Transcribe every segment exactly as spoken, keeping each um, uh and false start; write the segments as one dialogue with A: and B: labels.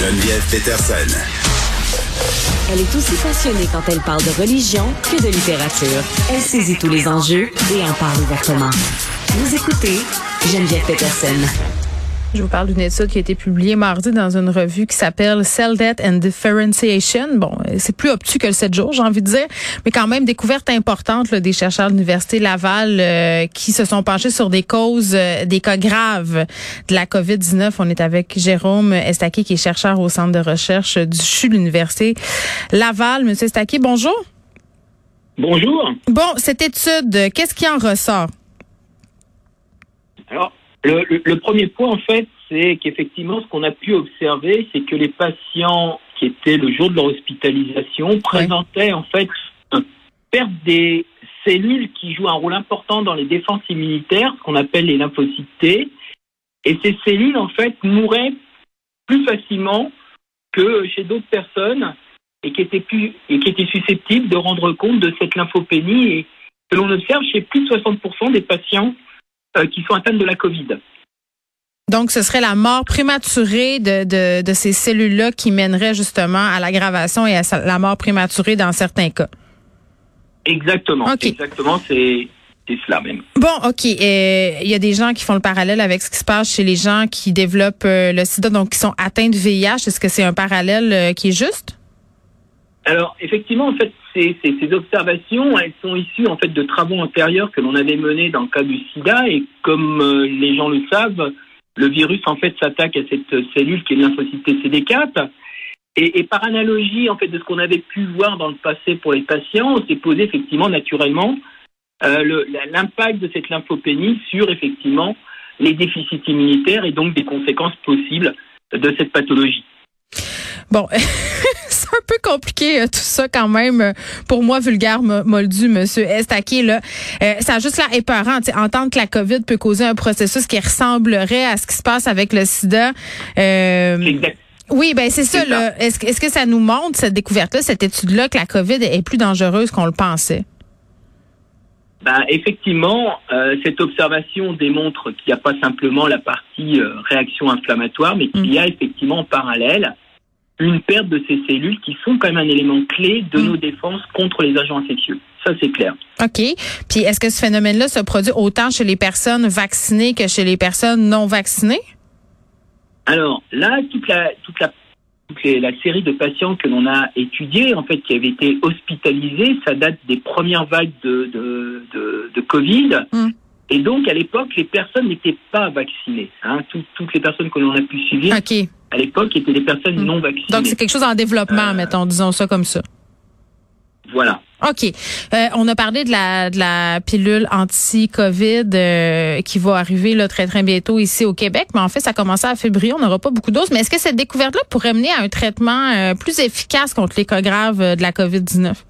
A: Geneviève Peterson.
B: Elle est aussi passionnée quand elle parle de religion que de littérature. Elle saisit tous les enjeux et en parle ouvertement. Vous écoutez Geneviève Peterson.
C: Je vous parle d'une étude qui a été publiée mardi dans une revue qui s'appelle Cell Death and Differentiation. Bon, c'est plus obtus que le sept jours, j'ai envie de dire, mais quand même découverte importante là, des chercheurs de l'Université Laval euh, qui se sont penchés sur des causes, euh, des cas graves de la covid dix-neuf. On est avec Jérôme Estaquet, qui est chercheur au Centre de recherche du C H U de l'Université Laval. Monsieur Estaquet, bonjour.
D: Bonjour.
C: Bon, cette étude, qu'est-ce qui en ressort?
D: Alors, Le, le, le premier point, en fait, c'est qu'effectivement, ce qu'on a pu observer, c'est que les patients qui étaient le jour de leur hospitalisation ouais. présentaient, en fait, une perte des cellules qui jouent un rôle important dans les défenses immunitaires, ce qu'on appelle les lymphocytes T. Et ces cellules, en fait, mouraient plus facilement que chez d'autres personnes et qui étaient, plus, et qui étaient susceptibles de rendre compte de cette lymphopénie et que l'on observe chez plus de soixante pour cent des patients Euh, qui sont atteintes de la COVID.
C: Donc, ce serait la mort prématurée de, de, de ces cellules-là qui mènerait justement à l'aggravation et à la mort prématurée dans certains cas.
D: Exactement. Okay. Exactement, c'est, c'est cela même.
C: Bon, OK. Il euh, y a des gens qui font le parallèle avec ce qui se passe chez les gens qui développent euh, le sida, donc qui sont atteints de V I H. Est-ce que c'est un parallèle euh, qui est juste?
D: Alors, effectivement, en fait, ces, ces, ces observations, elles sont issues en fait de travaux antérieurs que l'on avait menés dans le cas du sida. Et comme euh, les gens le savent, le virus en fait s'attaque à cette cellule qui est le lymphocyte T C D quatre. Et, et par analogie en fait de ce qu'on avait pu voir dans le passé pour les patients, on s'est posé effectivement naturellement euh, le, l'impact de cette lymphopénie sur effectivement les déficits immunitaires et donc des conséquences possibles de cette pathologie.
C: Bon, c'est un peu compliqué euh, tout ça quand même euh, pour moi, vulgaire moldu, monsieur Estaquet. Là, euh, ça a juste l'air épeurant. Entendre que la COVID peut causer un processus qui ressemblerait à ce qui se passe avec le sida. Euh,
D: exact.
C: Oui, ben c'est, c'est ça. ça. Là. Est-ce, est-ce que ça nous montre, cette découverte-là, cette étude-là, que la COVID est plus dangereuse qu'on le pensait?
D: Ben, effectivement, euh, cette observation démontre qu'il n'y a pas simplement la partie euh, réaction inflammatoire, mais qu'il mmh. y a effectivement en parallèle une perte de ces cellules qui sont quand même un élément clé de mmh. nos défenses contre les agents infectieux. Ça, c'est clair.
C: OK. Puis, est-ce que ce phénomène-là se produit autant chez les personnes vaccinées que chez les personnes non vaccinées?
D: Alors, là, toute la, toute la, toute les, la série de patients que l'on a étudiés, en fait, qui avaient été hospitalisés, ça date des premières vagues de, de, de, de Covid. Mmh. Et donc, à l'époque, les personnes n'étaient pas vaccinées. Hein. Tout, toutes les personnes que l'on a pu suivre,
C: okay.
D: à l'époque, étaient des personnes mmh. non vaccinées.
C: Donc, c'est quelque chose en développement, euh, mettons, disons ça comme ça.
D: Voilà.
C: OK. Euh, on a parlé de la, de la pilule anti-COVID euh, qui va arriver là, très, très bientôt ici au Québec. Mais en fait, ça a commencé à février. On n'aura pas beaucoup de doses. Mais est-ce que cette découverte-là pourrait mener à un traitement euh, plus efficace contre les cas graves euh, de la covid dix-neuf?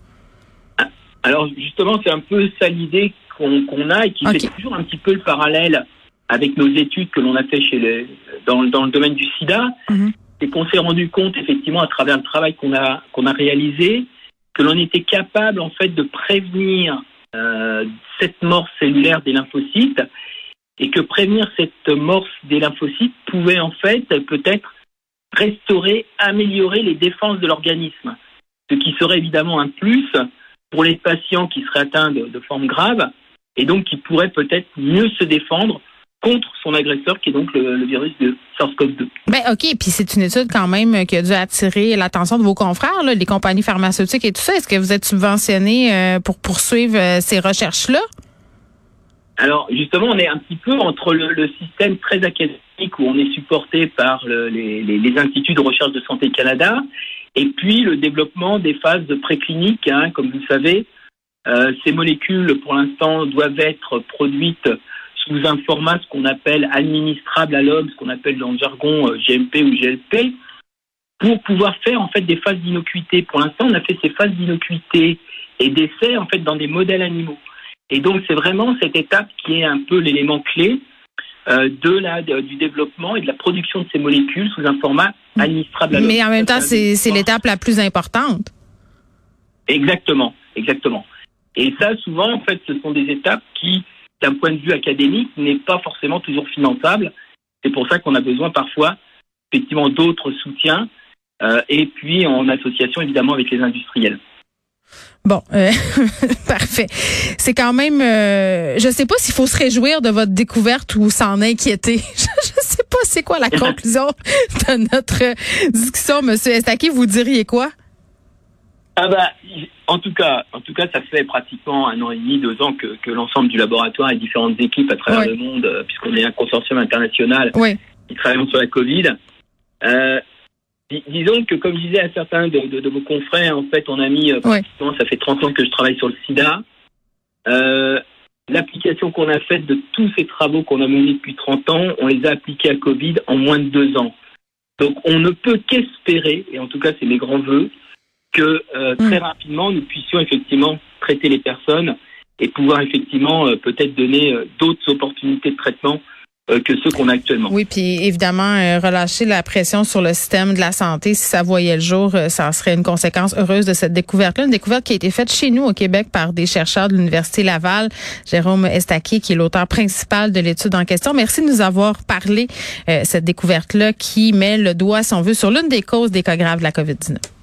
D: Alors, justement, c'est un peu ça l'idée qu'on, qu'on a et qui okay. fait toujours un petit peu le parallèle avec nos études que l'on a fait chez les, dans, dans le domaine du sida. Mm-hmm. C'est qu'on s'est rendu compte, effectivement, à travers le travail qu'on a, qu'on a réalisé, que l'on était capable, en fait, de prévenir euh, cette mort cellulaire des lymphocytes et que prévenir cette mort des lymphocytes pouvait, en fait, peut-être restaurer, améliorer les défenses de l'organisme. Ce qui serait évidemment un plus pour les patients qui seraient atteints de, de formes graves et donc qui pourraient peut-être mieux se défendre contre son agresseur, qui est donc le, le virus de SARS-CoV deux.
C: Ben OK, puis c'est une étude quand même qui a dû attirer l'attention de vos confrères, là, les compagnies pharmaceutiques et tout ça. Est-ce que vous êtes subventionné euh, pour poursuivre euh, ces recherches-là?
D: Alors, justement, on est un petit peu entre le, le système très académique où on est supporté par le, les, les, les instituts de recherche de Santé Canada et puis le développement des phases de précliniques. Hein, comme vous le savez, euh, ces molécules, pour l'instant, doivent être produites sous un format ce qu'on appelle administrable à l'homme, ce qu'on appelle dans le jargon euh, G M P ou G L P, pour pouvoir faire en fait des phases d'innocuité. Pour l'instant, on a fait ces phases d'innocuité et d'essais en fait dans des modèles animaux. Et donc, c'est vraiment cette étape qui est un peu l'élément clé euh, de la de, du développement et de la production de ces molécules sous un format administrable à l'homme.
C: Mais en même temps, c'est, c'est l'étape la plus importante.
D: Exactement, exactement. Et ça, souvent, en fait, ce sont des étapes qui, d'un point de vue académique, n'est pas forcément toujours finançable. C'est pour ça qu'on a besoin parfois, effectivement, d'autres soutiens euh, et puis en association évidemment avec les industriels.
C: Bon, euh, parfait. C'est quand même, euh, je sais pas s'il faut se réjouir de votre découverte ou s'en inquiéter. Je, je sais pas c'est quoi la conclusion de notre discussion, Monsieur Estaquet. Vous diriez quoi?
D: Ah bah, en tout cas, en tout cas, ça fait pratiquement un an et demi, deux ans que, que l'ensemble du laboratoire et différentes équipes à travers oui. le monde, euh, puisqu'on est un consortium international
C: oui.
D: qui travaille sur la Covid. Euh, dis, disons que, comme je disais à certains de, de, de vos confrères, en fait, on a mis, euh, pratiquement, oui. ça fait trente ans que je travaille sur le sida. Euh, l'application qu'on a faite de tous ces travaux qu'on a menés depuis trente ans, on les a appliqués à Covid en moins de deux ans. Donc, on ne peut qu'espérer, et en tout cas, c'est mes grands vœux, que euh, très mmh. rapidement, nous puissions effectivement traiter les personnes et pouvoir effectivement euh, peut-être donner euh, d'autres opportunités de traitement euh, que ceux qu'on a actuellement.
C: Oui, puis évidemment, euh, relâcher la pression sur le système de la santé, si ça voyait le jour, euh, ça serait une conséquence heureuse de cette découverte-là. Une découverte qui a été faite chez nous au Québec par des chercheurs de l'Université Laval, Jérôme Estaquet, qui est l'auteur principal de l'étude en question. Merci de nous avoir parlé euh, cette découverte-là qui met le doigt, si on veut, sur l'une des causes des cas graves de la COVID dix-neuf.